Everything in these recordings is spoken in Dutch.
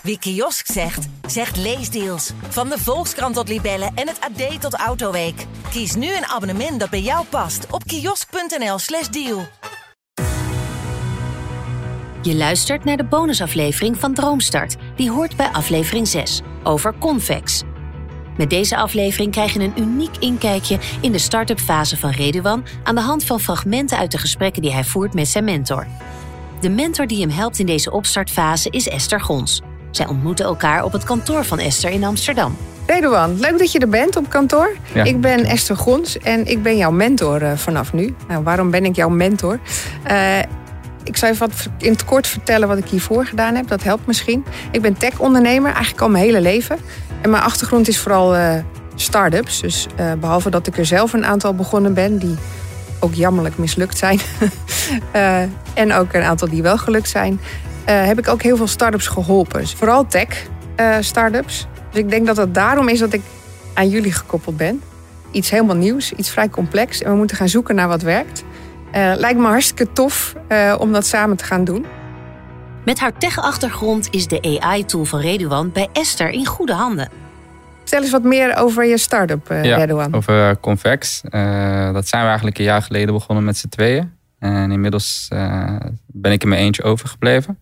Wie kiosk zegt, zegt leesdeals. Van de Volkskrant tot Libellen en het AD tot Autoweek. Kies nu een abonnement dat bij jou past op kiosk.nl/deal. Je luistert naar de bonusaflevering van Droomstart. Die hoort bij aflevering 6, over Convex. Met deze aflevering krijg je een uniek inkijkje in de start-up fase van Redouan aan de hand van fragmenten uit de gesprekken die hij voert met zijn mentor. De mentor die hem helpt in deze opstartfase is Esther Gons. Zij ontmoeten elkaar op het kantoor van Esther in Amsterdam. Redouan, leuk dat je er bent op kantoor. Ja. Ik ben Esther Gons en ik ben jouw mentor vanaf nu. Nou, waarom ben ik jouw mentor? Ik zal even wat in het kort vertellen wat ik hiervoor gedaan heb. Dat helpt misschien. Ik ben tech-ondernemer, eigenlijk al mijn hele leven. En mijn achtergrond is vooral start-ups. Dus behalve dat ik er zelf een aantal begonnen ben, die ook jammerlijk mislukt zijn. En ook een aantal die wel gelukt zijn. Heb ik ook heel veel start-ups geholpen. Dus vooral tech-start-ups. Dus ik denk dat het daarom is dat ik aan jullie gekoppeld ben. Iets helemaal nieuws, iets vrij complex. En we moeten gaan zoeken naar wat werkt. Lijkt me hartstikke tof om dat samen te gaan doen. Met haar tech-achtergrond is de AI-tool van Redouan bij Esther in goede handen. Vertel eens wat meer over je start-up, Redouan. Over Convex. Dat zijn we eigenlijk een jaar geleden begonnen met z'n tweeën. En inmiddels ben ik in mijn eentje overgebleven.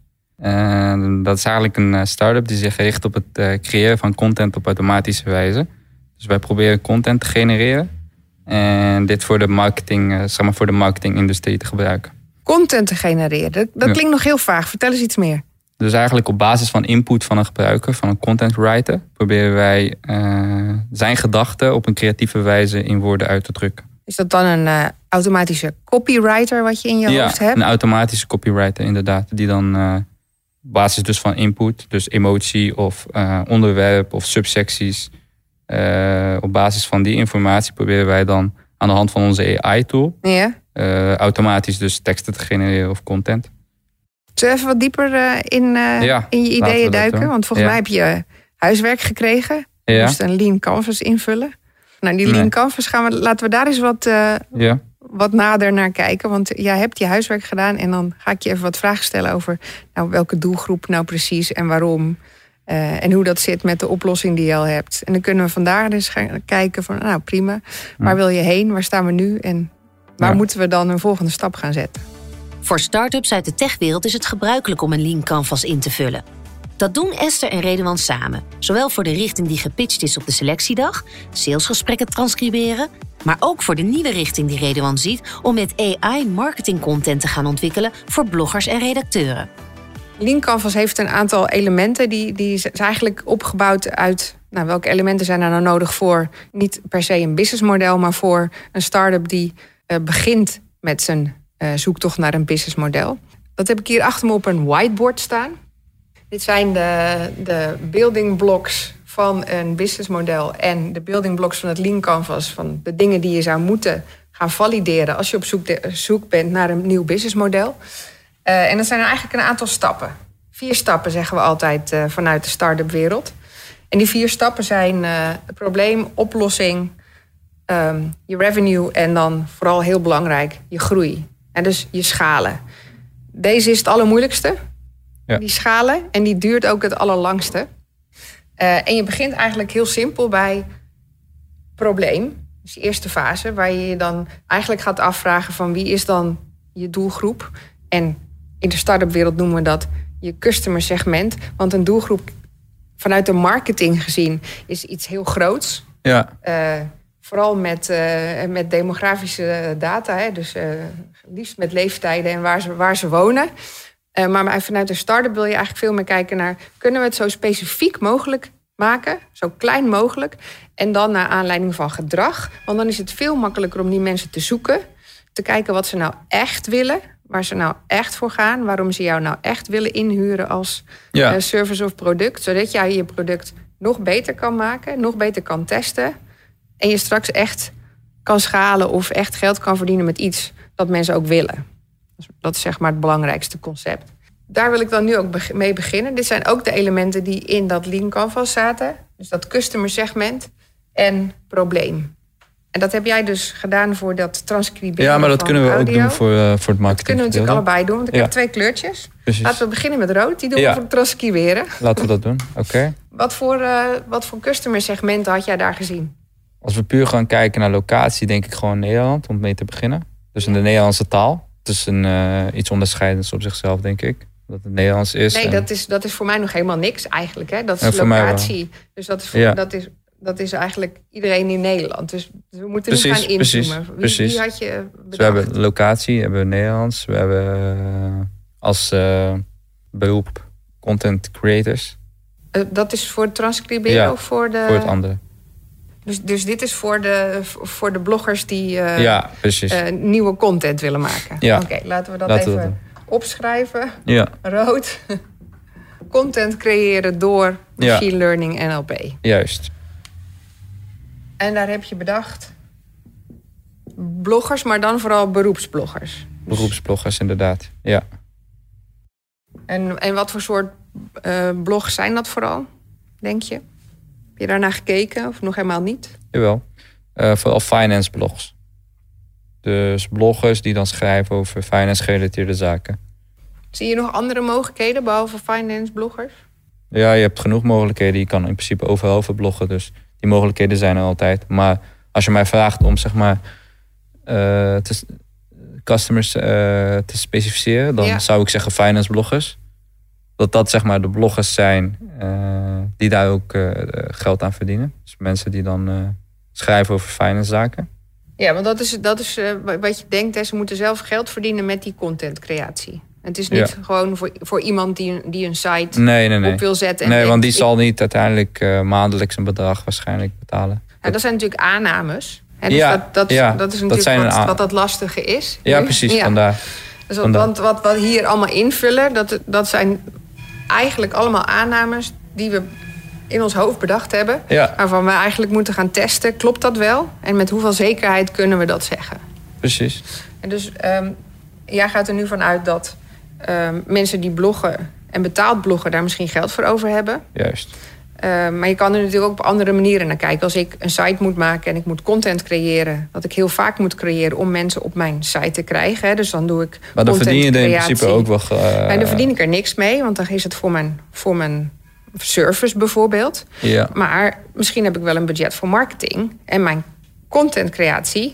Dat is eigenlijk een start-up die zich richt op het creëren van content op automatische wijze. Dus wij proberen content te genereren. En dit voor de marketing, voor de marketingindustrie te gebruiken. Content te genereren, dat klinkt nog heel vaag. Vertel eens iets meer. Dus eigenlijk op basis van input van een gebruiker, van een content writer, proberen wij zijn gedachten op een creatieve wijze in woorden uit te drukken. Is dat dan een automatische copywriter wat je in je hoofd hebt? Ja, een automatische copywriter inderdaad. Die dan op basis dus van input, dus emotie of onderwerp of subsecties. Op basis van die informatie proberen wij dan aan de hand van onze AI-tool automatisch dus teksten te genereren of content. Zullen we even wat dieper in je ideeën duiken? Want volgens mij heb je huiswerk gekregen. Je moest een lean canvas invullen. Nou, die lean canvas laten we daar eens wat nader naar kijken. Want jij hebt je huiswerk gedaan en dan ga ik je even wat vragen stellen over welke doelgroep nou precies en waarom. En hoe dat zit met de oplossing die je al hebt. En dan kunnen we vandaar dus gaan kijken van, prima. Waar wil je heen? Waar staan we nu? En waar moeten we dan een volgende stap gaan zetten? Voor start-ups uit de techwereld is het gebruikelijk om een lean canvas in te vullen. Dat doen Esther en Redouan samen. Zowel voor de richting die gepitcht is op de selectiedag, salesgesprekken transcriberen, maar ook voor de nieuwe richting die Redouan ziet om met AI marketingcontent te gaan ontwikkelen voor bloggers en redacteuren. Lean Canvas heeft een aantal elementen. Die is eigenlijk opgebouwd uit welke elementen zijn er nou nodig voor niet per se een businessmodel, maar voor een start-up die begint met zijn zoektocht naar een businessmodel. Dat heb ik hier achter me op een whiteboard staan. Dit zijn de building blocks van een businessmodel en de building blocks van het Lean Canvas, van de dingen die je zou moeten gaan valideren als je op zoek bent naar een nieuw businessmodel. En dat zijn eigenlijk een aantal stappen. 4 stappen zeggen we altijd vanuit de start-up wereld. En die 4 stappen zijn het probleem, oplossing, je revenue en dan vooral heel belangrijk je groei. En dus je schalen. Deze is het allermoeilijkste. Ja. Die schalen. En die duurt ook het allerlangste. En je begint eigenlijk heel simpel bij probleem. Dus de eerste fase waar je dan eigenlijk gaat afvragen van wie is dan je doelgroep. En in de start-up wereld noemen we dat je customer segment. Want een doelgroep vanuit de marketing gezien is iets heel groots. Ja. Vooral met demografische data. Hè? Dus liefst met leeftijden en waar ze wonen. Maar vanuit de start-up wil je eigenlijk veel meer kijken naar, kunnen we het zo specifiek mogelijk maken, zo klein mogelijk. En dan naar aanleiding van gedrag. Want dan is het veel makkelijker om die mensen te zoeken. Te kijken wat ze nou echt willen. Waar ze nou echt voor gaan. Waarom ze jou nou echt willen inhuren als service of product. Zodat jij je product nog beter kan maken. Nog beter kan testen. En je straks echt kan schalen of echt geld kan verdienen met iets dat mensen ook willen. Dat is zeg maar het belangrijkste concept. Daar wil ik dan nu ook mee beginnen. Dit zijn ook de elementen die in dat Lean Canvas zaten. Dus dat customer segment en probleem. En dat heb jij dus gedaan voor dat transcriberen. Ja, maar dat kunnen we audio. ook doen voor het marketing. Dat kunnen we natuurlijk allebei doen, want ik Ja. heb 2 kleurtjes. Precies. Laten we beginnen met rood. Die doen we voor het transcriberen. Laten we dat doen, oké. Wat voor customer segmenten had jij daar gezien? Als we puur gaan kijken naar locatie, denk ik gewoon Nederland, om mee te beginnen. Dus in de Nederlandse taal. Het is iets onderscheidends op zichzelf, denk ik. Dat het Nederlands is. Nee, dat is voor mij nog helemaal niks eigenlijk. Hè? Dat is voor mij locatie. Dus dat is eigenlijk iedereen in Nederland. Dus we moeten nu gaan inzoomen. Wie had je bedacht? Dus we hebben locatie, hebben we Nederlands. We hebben als beroep content creators. Dat is voor het transcriberen of voor de... voor het andere. Dus dit is voor de bloggers die nieuwe content willen maken. Ja. Oké, laten we dat even opschrijven. Ja. Rood. Content creëren door machine learning NLP. Juist. En daar heb je bedacht bloggers, maar dan vooral beroepsbloggers. Beroepsbloggers, inderdaad. Ja. En wat voor soort blogs zijn dat vooral, denk je? Heb je daarnaar gekeken of nog helemaal niet? Jawel. Vooral finance blogs. Dus bloggers die dan schrijven over finance-gerelateerde zaken. Zie je nog andere mogelijkheden behalve finance bloggers? Ja, je hebt genoeg mogelijkheden. Je kan in principe overal over bloggen. Dus die mogelijkheden zijn er altijd. Maar als je mij vraagt om zeg maar customers te specificeren, dan zou ik zeggen finance bloggers. Dat zeg maar de bloggers zijn die daar ook geld aan verdienen. Dus mensen die dan schrijven over finance zaken. Ja, want dat is wat je denkt. Hè, ze moeten zelf geld verdienen met die contentcreatie. Het is niet gewoon voor iemand die een site op wil zetten. Nee, want die zal niet uiteindelijk maandelijks een bedrag waarschijnlijk betalen. Ja, dat zijn natuurlijk aannames. Hè, dus dat is natuurlijk wat dat lastige is. Ja, precies, vandaar. Dus want wat we hier allemaal invullen, dat zijn eigenlijk allemaal aannames die we in ons hoofd bedacht hebben. Ja. Waarvan we eigenlijk moeten gaan testen. Klopt dat wel? En met hoeveel zekerheid kunnen we dat zeggen? Precies. En dus jij gaat er nu vanuit dat mensen die bloggen en betaald bloggen daar misschien geld voor over hebben. Juist. Maar je kan er natuurlijk ook op andere manieren naar kijken. Als ik een site moet maken en ik moet content creëren, wat ik heel vaak moet creëren om mensen op mijn site te krijgen. Hè. Dus dan doe ik maar dan verdien je er in principe ook wel. Dan verdien ik er niks mee, want dan is het voor mijn service bijvoorbeeld. Ja. Maar misschien heb ik wel een budget voor marketing. En mijn contentcreatie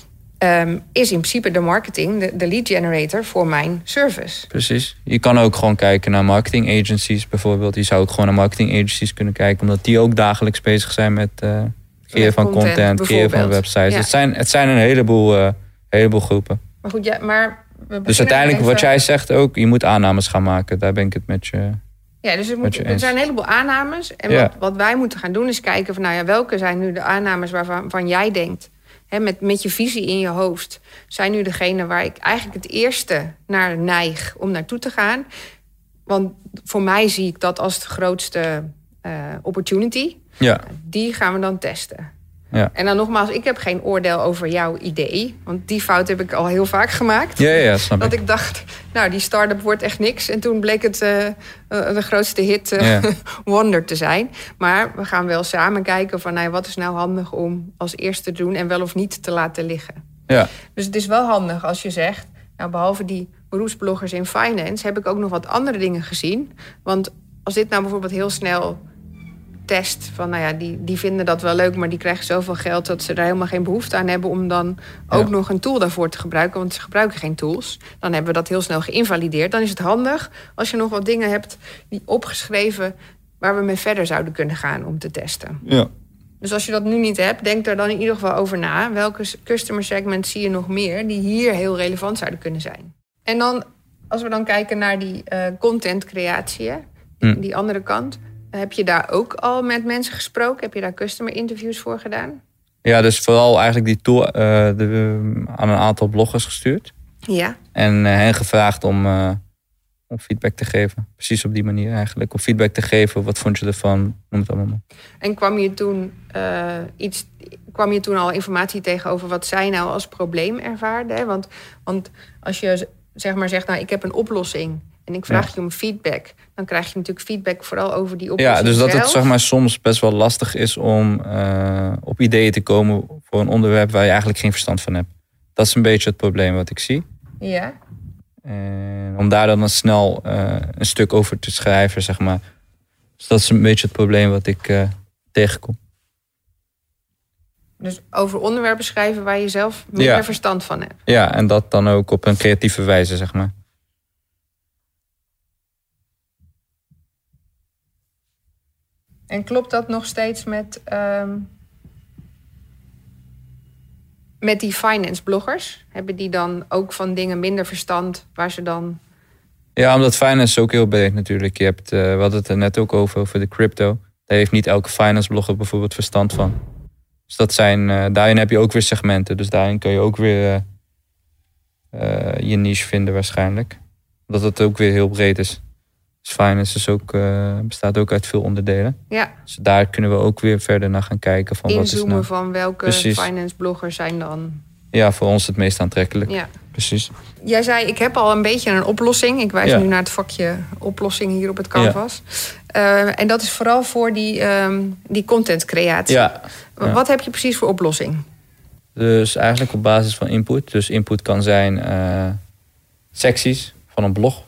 is in principe de marketing, de lead generator voor mijn service. Precies. Je kan ook gewoon kijken naar marketing agencies bijvoorbeeld. Je zou ook gewoon naar marketing agencies kunnen kijken, omdat die ook dagelijks bezig zijn met creëren van content, creëren van websites. Ja. Het zijn een heleboel groepen. Maar goed, dus uiteindelijk wat jij zegt ook, je moet aannames gaan maken. Daar ben ik het met je. Ja, dus er zijn een heleboel aannames. En wat wij moeten gaan doen is kijken van welke zijn nu de aannames waarvan jij denkt, met je visie in je hoofd, zijn nu degene waar ik eigenlijk het eerste naar neig om naartoe te gaan. Want voor mij zie ik dat als de grootste opportunity. Ja. Die gaan we dan testen. Ja. En dan nogmaals, ik heb geen oordeel over jouw idee. Want die fout heb ik al heel vaak gemaakt. Ja, snap ik. Dat ik dacht, die start-up wordt echt niks. En toen bleek het de grootste hit Wonder te zijn. Maar we gaan wel samen kijken van wat is nou handig om als eerste te doen en wel of niet te laten liggen. Ja. Dus het is wel handig als je zegt, behalve die beroepsbloggers in finance heb ik ook nog wat andere dingen gezien. Want als dit nou bijvoorbeeld heel snel test van, die vinden dat wel leuk, maar die krijgen zoveel geld dat ze er helemaal geen behoefte aan hebben om dan ook nog een tool daarvoor te gebruiken, want ze gebruiken geen tools. Dan hebben we dat heel snel geïnvalideerd. Dan is het handig als je nog wat dingen hebt die opgeschreven waar we mee verder zouden kunnen gaan om te testen. Ja. Dus als je dat nu niet hebt, denk er dan in ieder geval over na. Welke customer segments zie je nog meer die hier heel relevant zouden kunnen zijn? En dan, als we dan kijken naar die contentcreatie, die andere kant, heb je daar ook al met mensen gesproken? Heb je daar customer interviews voor gedaan? Ja, dus vooral eigenlijk die tool aan een aantal bloggers gestuurd. Ja. En hen gevraagd om feedback te geven. Precies op die manier eigenlijk. Om feedback te geven, wat vond je ervan? Noem het allemaal. En kwam je toen al informatie tegenover wat zij nou als probleem ervaarden? Want als je zeg maar zegt, ik heb een oplossing en ik vraag je om feedback, dan krijg je natuurlijk feedback vooral over die oplossing. Ja, dus dat zelf. het zeg maar soms best wel lastig is om op ideeën te komen voor een onderwerp waar je eigenlijk geen verstand van hebt. Dat is een beetje het probleem wat ik zie. Ja. En om daar dan snel een stuk over te schrijven, zeg maar. Dus dat is een beetje het probleem wat ik tegenkom. Dus over onderwerpen schrijven waar je zelf minder verstand van hebt. Ja, en dat dan ook op een creatieve wijze, zeg maar. En klopt dat nog steeds met die finance bloggers? Hebben die dan ook van dingen minder verstand waar ze dan... Ja, omdat finance ook heel breed natuurlijk. Je hebt, we hadden het er net ook over de crypto. Daar heeft niet elke finance blogger bijvoorbeeld verstand van. Dus dat zijn, daarin heb je ook weer segmenten. Dus daarin kun je ook weer je niche vinden waarschijnlijk. Omdat het ook weer heel breed is. Dus finance is ook, bestaat ook uit veel onderdelen. Ja. Dus daar kunnen we ook weer verder naar gaan kijken. Van inzoomen wat is nou... van welke finance bloggers zijn dan... Ja, voor ons het meest aantrekkelijk. Ja. Precies. Jij zei, ik heb al een beetje een oplossing. Ik wijs nu naar het vakje oplossing hier op het canvas. Ja. En dat is vooral voor die contentcreatie. Ja. Wat heb je precies voor oplossing? Dus eigenlijk op basis van input. Dus input kan zijn secties van een blog.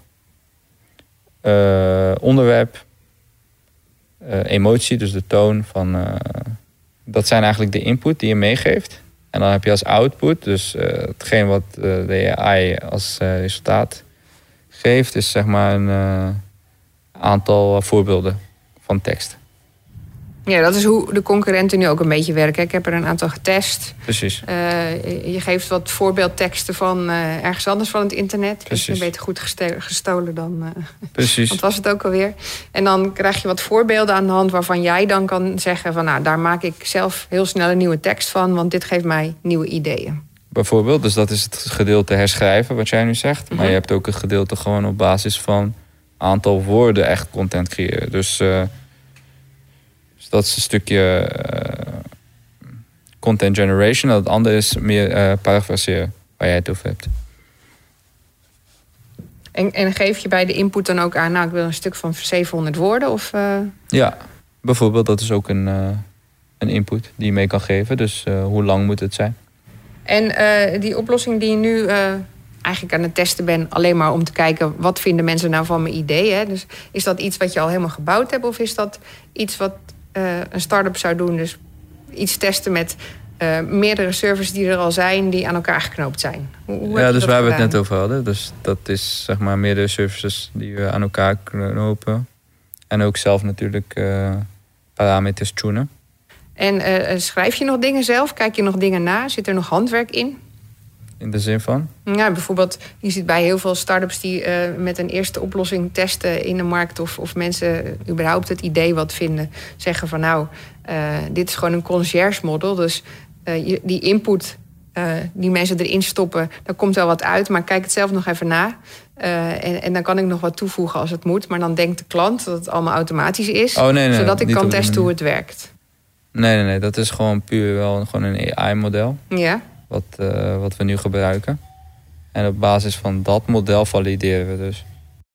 Onderwerp. Emotie, dus de toon van... dat zijn eigenlijk de input die je meegeeft. En dan heb je als output, dus hetgeen wat de AI als resultaat geeft... is zeg maar een aantal voorbeelden van tekst. Ja, dat is hoe de concurrenten nu ook een beetje werken. Ik heb er een aantal getest. Precies. Je geeft wat voorbeeldteksten van ergens anders van het internet. Precies. Je is beter goed gestolen dan... Precies. Want was het ook alweer. En dan krijg je wat voorbeelden aan de hand waarvan jij dan kan zeggen van... nou, daar maak ik zelf heel snel een nieuwe tekst van... want dit geeft mij nieuwe ideeën. Bijvoorbeeld, dus dat is het gedeelte herschrijven wat jij nu zegt. Mm-hmm. Maar je hebt ook een gedeelte gewoon op basis van aantal woorden echt content creëren. Dus dat is een stukje content generation. En het andere is meer parafraseren, waar jij het over hebt. En geef je bij de input dan ook aan... nou, ik wil een stuk van 700 woorden? Of, Ja, bijvoorbeeld, dat is ook een input die je mee kan geven. Dus hoe lang moet het zijn? En die oplossing die je nu eigenlijk aan het testen bent... alleen maar om te kijken, wat vinden mensen nou van mijn idee? Hè? Dus is dat iets wat je al helemaal gebouwd hebt? Of is dat iets wat een start-up zou doen? Dus iets testen met meerdere servers die er al zijn... die aan elkaar geknoopt zijn. Hoe ja, dus waar we het net over hadden. Dus dat is zeg maar meerdere services die we aan elkaar knopen. En ook zelf natuurlijk parameters tunen. En schrijf je nog dingen zelf? Kijk je nog dingen na? Zit er nog handwerk in? In de zin van? Ja, bijvoorbeeld, je ziet bij heel veel start-ups die met een eerste oplossing testen in de markt... of mensen überhaupt het idee wat vinden. Zeggen van nou, dit is gewoon een concierge model. Dus die input die mensen erin stoppen, daar komt wel wat uit. Maar kijk het zelf nog even na. En dan kan ik nog wat toevoegen als het moet. Maar dan denkt de klant dat het allemaal automatisch is. Zodat ik kan testen hoe het werkt. Nee, dat is gewoon puur wel gewoon een AI-model. Ja. Wat we nu gebruiken. En op basis van dat model valideren we dus.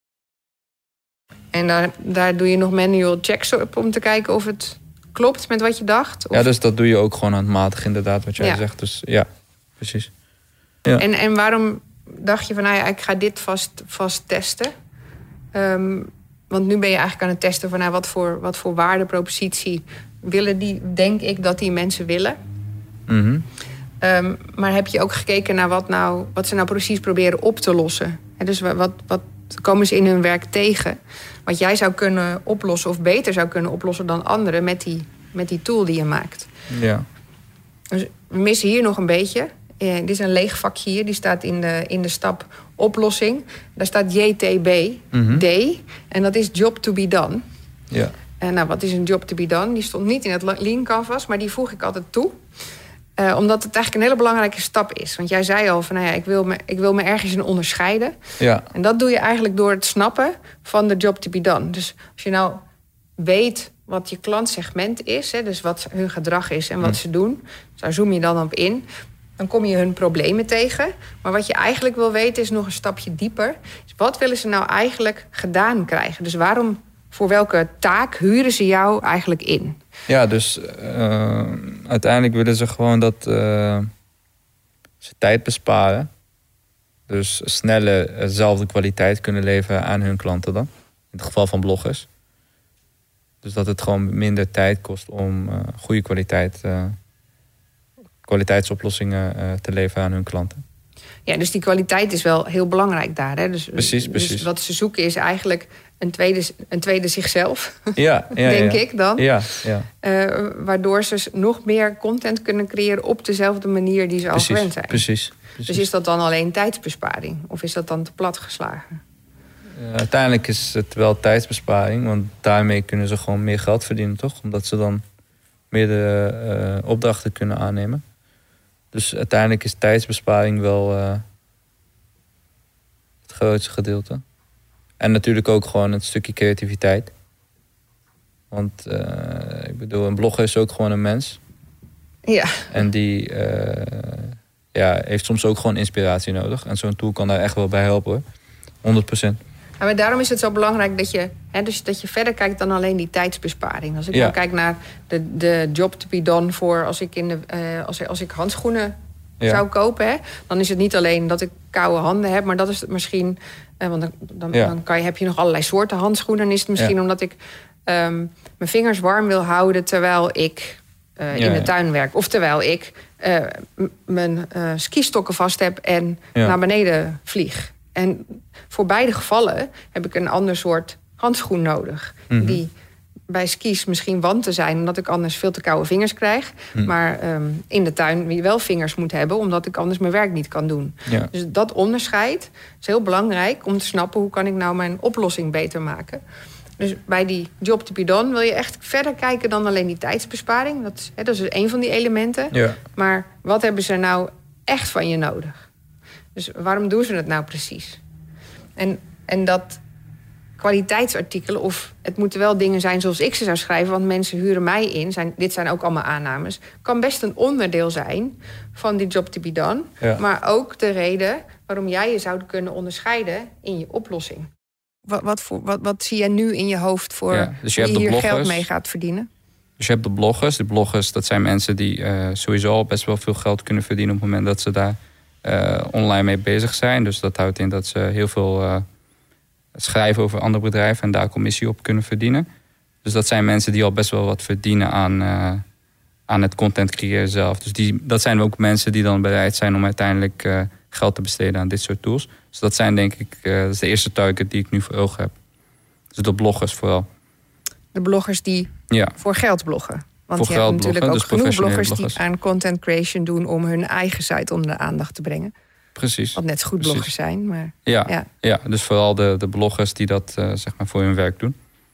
En daar doe je nog manual checks op om te kijken of het klopt met wat je dacht? Of... Ja, dus dat doe je ook gewoon handmatig inderdaad, wat jij zegt. Dus ja, precies. Ja. En waarom dacht je van, nou ja, ik ga dit vast testen? Want nu ben je eigenlijk aan het testen van, nou, wat voor waardepropositie willen die, denk ik, dat die mensen willen. Mm-hmm. Maar heb je ook gekeken naar wat ze nou precies proberen op te lossen? En dus wat komen ze in hun werk tegen? Wat jij zou kunnen oplossen of beter zou kunnen oplossen dan anderen met die tool die je maakt. Ja. Dus we missen hier nog een beetje. Dit is een leeg vakje hier, die staat in de stap oplossing. Daar staat JTB, D, en dat is job to be done. Ja. En nou, wat is een job to be done? Die stond niet in het Lean Canvas, maar die voeg ik altijd toe. Omdat het eigenlijk een hele belangrijke stap is. Want jij zei al van, nou ja, ik wil me ergens in onderscheiden. Ja. En dat doe je eigenlijk door het snappen van de job to be done. Dus als je nou weet wat je klantsegment is, hè, dus wat hun gedrag is en wat ze doen, daar zoom je dan op in. Dan kom je hun problemen tegen. Maar wat je eigenlijk wil weten is nog een stapje dieper. Dus wat willen ze nou eigenlijk gedaan krijgen? Dus voor welke taak huren ze jou eigenlijk in? Ja, dus uiteindelijk willen ze gewoon dat ze tijd besparen. Dus sneller dezelfde kwaliteit kunnen leveren aan hun klanten dan. In het geval van bloggers. Dus dat het gewoon minder tijd kost om goede kwaliteitsoplossingen te leveren aan hun klanten. Ja, dus die kwaliteit is wel heel belangrijk daar. Hè? Precies. Dus wat ze zoeken is eigenlijk een tweede zichzelf. Ja, denk ik dan. Ja. Waardoor ze nog meer content kunnen creëren op dezelfde manier die ze al gewend zijn. Precies. Dus is dat dan alleen tijdsbesparing? Of is dat dan te plat geslagen? Uiteindelijk is het wel tijdsbesparing. Want daarmee kunnen ze gewoon meer geld verdienen, toch? Omdat ze dan meer opdrachten kunnen aannemen. Dus uiteindelijk is tijdsbesparing wel het grootste gedeelte. En natuurlijk ook gewoon een stukje creativiteit. Want ik bedoel, een blogger is ook gewoon een mens. Ja. En die heeft soms ook gewoon inspiratie nodig. En zo'n tool kan daar echt wel bij helpen, hoor. 100%. Ja, maar daarom is het zo belangrijk dat je verder kijkt dan alleen die tijdsbesparing. Als ik nou kijk naar de job to be done voor als ik handschoenen zou kopen, dan is het niet alleen dat ik koude handen heb, maar dat is het misschien. Want dan heb je nog allerlei soorten handschoenen. Dan is het misschien omdat ik mijn vingers warm wil houden terwijl ik in de tuin werk. Of terwijl ik mijn skistokken vast heb en naar beneden vlieg. En voor beide gevallen heb ik een ander soort handschoen nodig. Mm-hmm. Die bij skis misschien wanten zijn, omdat ik anders veel te koude vingers krijg. Mm. Maar in de tuin wel vingers moet hebben, omdat ik anders mijn werk niet kan doen. Ja. Dus dat onderscheid is heel belangrijk om te snappen hoe kan ik nou mijn oplossing beter maken. Dus bij die job to be done wil je echt verder kijken dan alleen die tijdsbesparing. Dat is een van die elementen. Ja. Maar wat hebben ze nou echt van je nodig? Dus waarom doen ze het nou precies? En dat kwaliteitsartikelen, of het moeten wel dingen zijn zoals ik ze zou schrijven, want mensen huren mij in, dit zijn ook allemaal aannames, kan best een onderdeel zijn van die job to be done. Ja. Maar ook de reden waarom jij je zou kunnen onderscheiden in je oplossing. Wat zie jij nu in je hoofd voor dus je hier geld mee gaat verdienen? Dus je hebt de bloggers. De bloggers, dat zijn mensen die sowieso al best wel veel geld kunnen verdienen op het moment dat ze daar online mee bezig zijn. Dus dat houdt in dat ze heel veel schrijven over andere bedrijven en daar commissie op kunnen verdienen. Dus dat zijn mensen die al best wel wat verdienen aan het content creëren zelf. Dus dat zijn ook mensen die dan bereid zijn om uiteindelijk geld te besteden aan dit soort tools. Dus dat zijn denk ik, dat is de eerste target die ik nu voor ogen heb. Dus de bloggers vooral. De bloggers die voor geld bloggen. Want je hebt natuurlijk ook dus genoeg bloggers die aan content creation doen om hun eigen site onder de aandacht te brengen. Precies. Wat net zo goed bloggers zijn. Maar, ja, dus vooral de bloggers die dat zeg maar voor hun werk doen.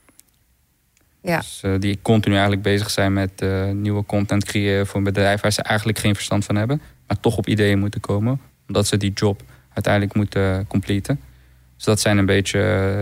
Ja. Dus, die continu eigenlijk bezig zijn met nieuwe content creëren voor een bedrijf waar ze eigenlijk geen verstand van hebben. Maar toch op ideeën moeten komen. Omdat ze die job uiteindelijk moeten completen. Dus dat zijn een beetje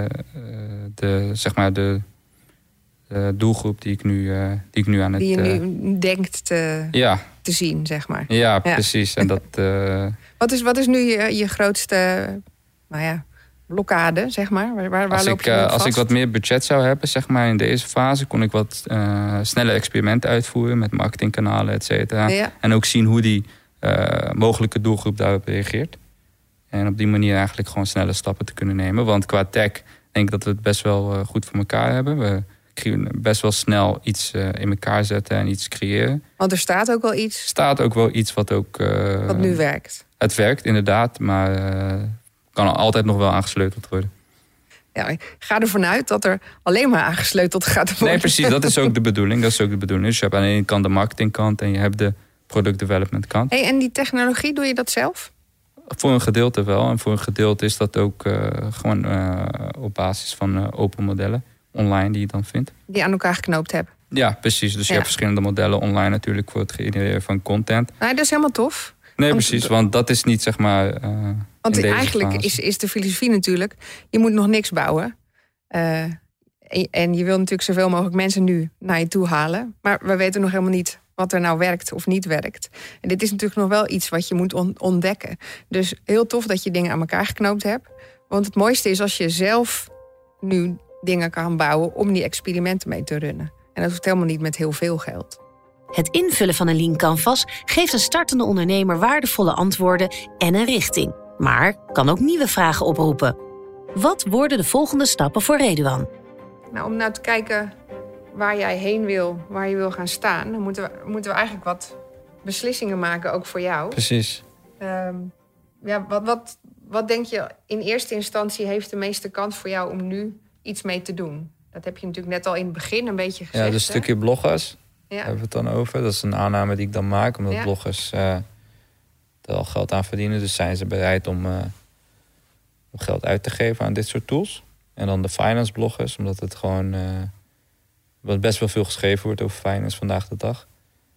de doelgroep die ik nu aan het... Die je nu denkt te zien, zeg maar. Ja, precies. En dat... Wat is nu je grootste blokkade, zeg maar? Waar loop je vast? Als ik wat meer budget zou hebben, zeg maar, in deze fase, kon ik wat snelle experimenten uitvoeren met marketingkanalen, et cetera. Ja. En ook zien hoe die mogelijke doelgroep daarop reageert. En op die manier eigenlijk gewoon snelle stappen te kunnen nemen. Want qua tech denk ik dat we het best wel goed voor elkaar hebben. We kunnen best wel snel iets in elkaar zetten en iets creëren. Want er staat ook wel iets? Er staat ook wel iets wat ook... wat nu werkt? Het werkt inderdaad, maar kan altijd nog wel aangesleuteld worden. Ja, ik ga ervan uit dat er alleen maar aangesleuteld gaat worden. Nee, precies. Dat is ook de bedoeling. Dus je hebt aan de ene kant de marketingkant en je hebt de product development kant. Hey, en die technologie, doe je dat zelf? Voor een gedeelte wel. En voor een gedeelte is dat ook gewoon op basis van open modellen online die je dan vindt. Die aan elkaar geknoopt hebt. Ja, precies. Dus je hebt verschillende modellen online natuurlijk voor het genereren van content. Nou, dat is helemaal tof. Nee, precies. Want dat is niet zeg maar... want eigenlijk is de filosofie natuurlijk... je moet nog niks bouwen. En je wil natuurlijk zoveel mogelijk mensen nu naar je toe halen. Maar we weten nog helemaal niet wat er nou werkt of niet werkt. En dit is natuurlijk nog wel iets wat je moet ontdekken. Dus heel tof dat je dingen aan elkaar geknoopt hebt. Want het mooiste is als je zelf nu dingen kan bouwen om die experimenten mee te runnen. En dat hoeft helemaal niet met heel veel geld. Het invullen van een Lean Canvas geeft een startende ondernemer waardevolle antwoorden en een richting. Maar kan ook nieuwe vragen oproepen. Wat worden de volgende stappen voor Redouan? Nou, om nou te kijken waar jij heen wil, waar je wil gaan staan, dan moeten we eigenlijk wat beslissingen maken, ook voor jou. Precies. Wat denk je in eerste instantie heeft de meeste kans voor jou om nu iets mee te doen? Dat heb je natuurlijk net al in het begin een beetje gezegd. Ja, dus een stukje bloggers. Ja. Hebben we het dan over. Dat is een aanname die ik dan maak. Omdat bloggers er al geld aan verdienen. Dus zijn ze bereid om geld uit te geven aan dit soort tools. En dan de finance bloggers. Omdat het gewoon best wel veel geschreven wordt over finance vandaag de dag.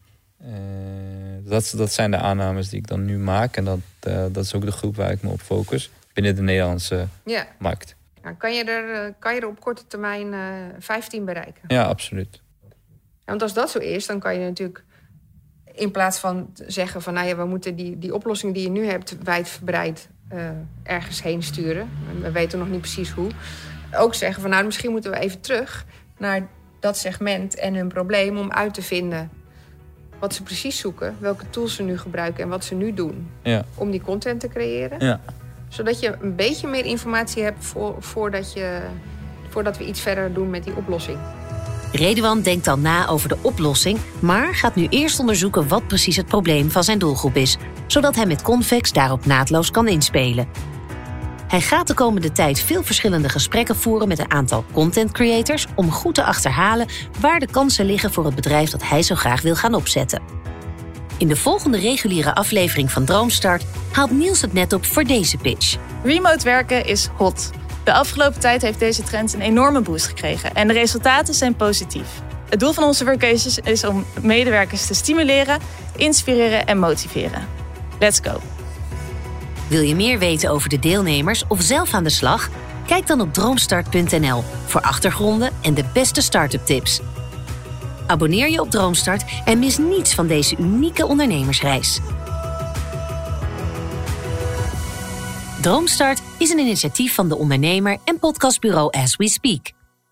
Dat zijn de aannames die ik dan nu maak. En dat is ook de groep waar ik me op focus. Binnen de Nederlandse markt. Nou, kan je er op korte termijn 15 bereiken? Ja, absoluut. Want als dat zo is, dan kan je natuurlijk in plaats van zeggen van we moeten die oplossing die je nu hebt wijdverbreid ergens heen sturen. We weten nog niet precies hoe. Ook zeggen van misschien moeten we even terug naar dat segment en hun probleem om uit te vinden wat ze precies zoeken, welke tools ze nu gebruiken en wat ze nu doen om die content te creëren. Ja. Zodat je een beetje meer informatie hebt voordat we iets verder doen met die oplossing. Redouan denkt dan na over de oplossing, maar gaat nu eerst onderzoeken wat precies het probleem van zijn doelgroep is, zodat hij met Convex daarop naadloos kan inspelen. Hij gaat de komende tijd veel verschillende gesprekken voeren met een aantal content creators om goed te achterhalen waar de kansen liggen voor het bedrijf dat hij zo graag wil gaan opzetten. In de volgende reguliere aflevering van Droomstart haalt Niels het net op voor deze pitch. Remote werken is hot. De afgelopen tijd heeft deze trend een enorme boost gekregen en de resultaten zijn positief. Het doel van onze workations is om medewerkers te stimuleren, inspireren en motiveren. Let's go! Wil je meer weten over de deelnemers of zelf aan de slag? Kijk dan op droomstart.nl voor achtergronden en de beste start-up tips. Abonneer je op Droomstart en mis niets van deze unieke ondernemersreis. Droomstart is een initiatief van de ondernemer en podcastbureau As We Speak.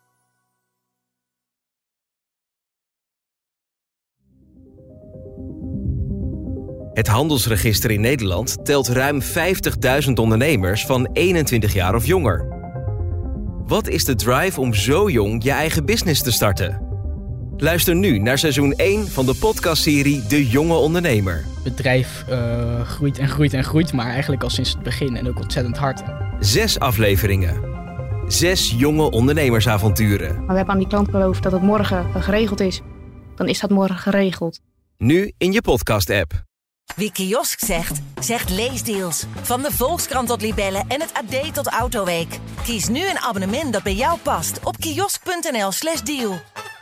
Het handelsregister in Nederland telt ruim 50.000 ondernemers van 21 jaar of jonger. Wat is de drive om zo jong je eigen business te starten? Luister nu naar seizoen 1 van de podcastserie De Jonge Ondernemer. Het bedrijf groeit en groeit en groeit, maar eigenlijk al sinds het begin en ook ontzettend hard. 6 afleveringen. 6 jonge ondernemersavonturen. Maar we hebben aan die klant beloofd dat het morgen geregeld is. Dan is dat morgen geregeld. Nu in je podcast-app. Wie kiosk zegt, zegt leesdeals. Van de Volkskrant tot Libellen en het AD tot Autoweek. Kies nu een abonnement dat bij jou past op kiosk.nl/deal.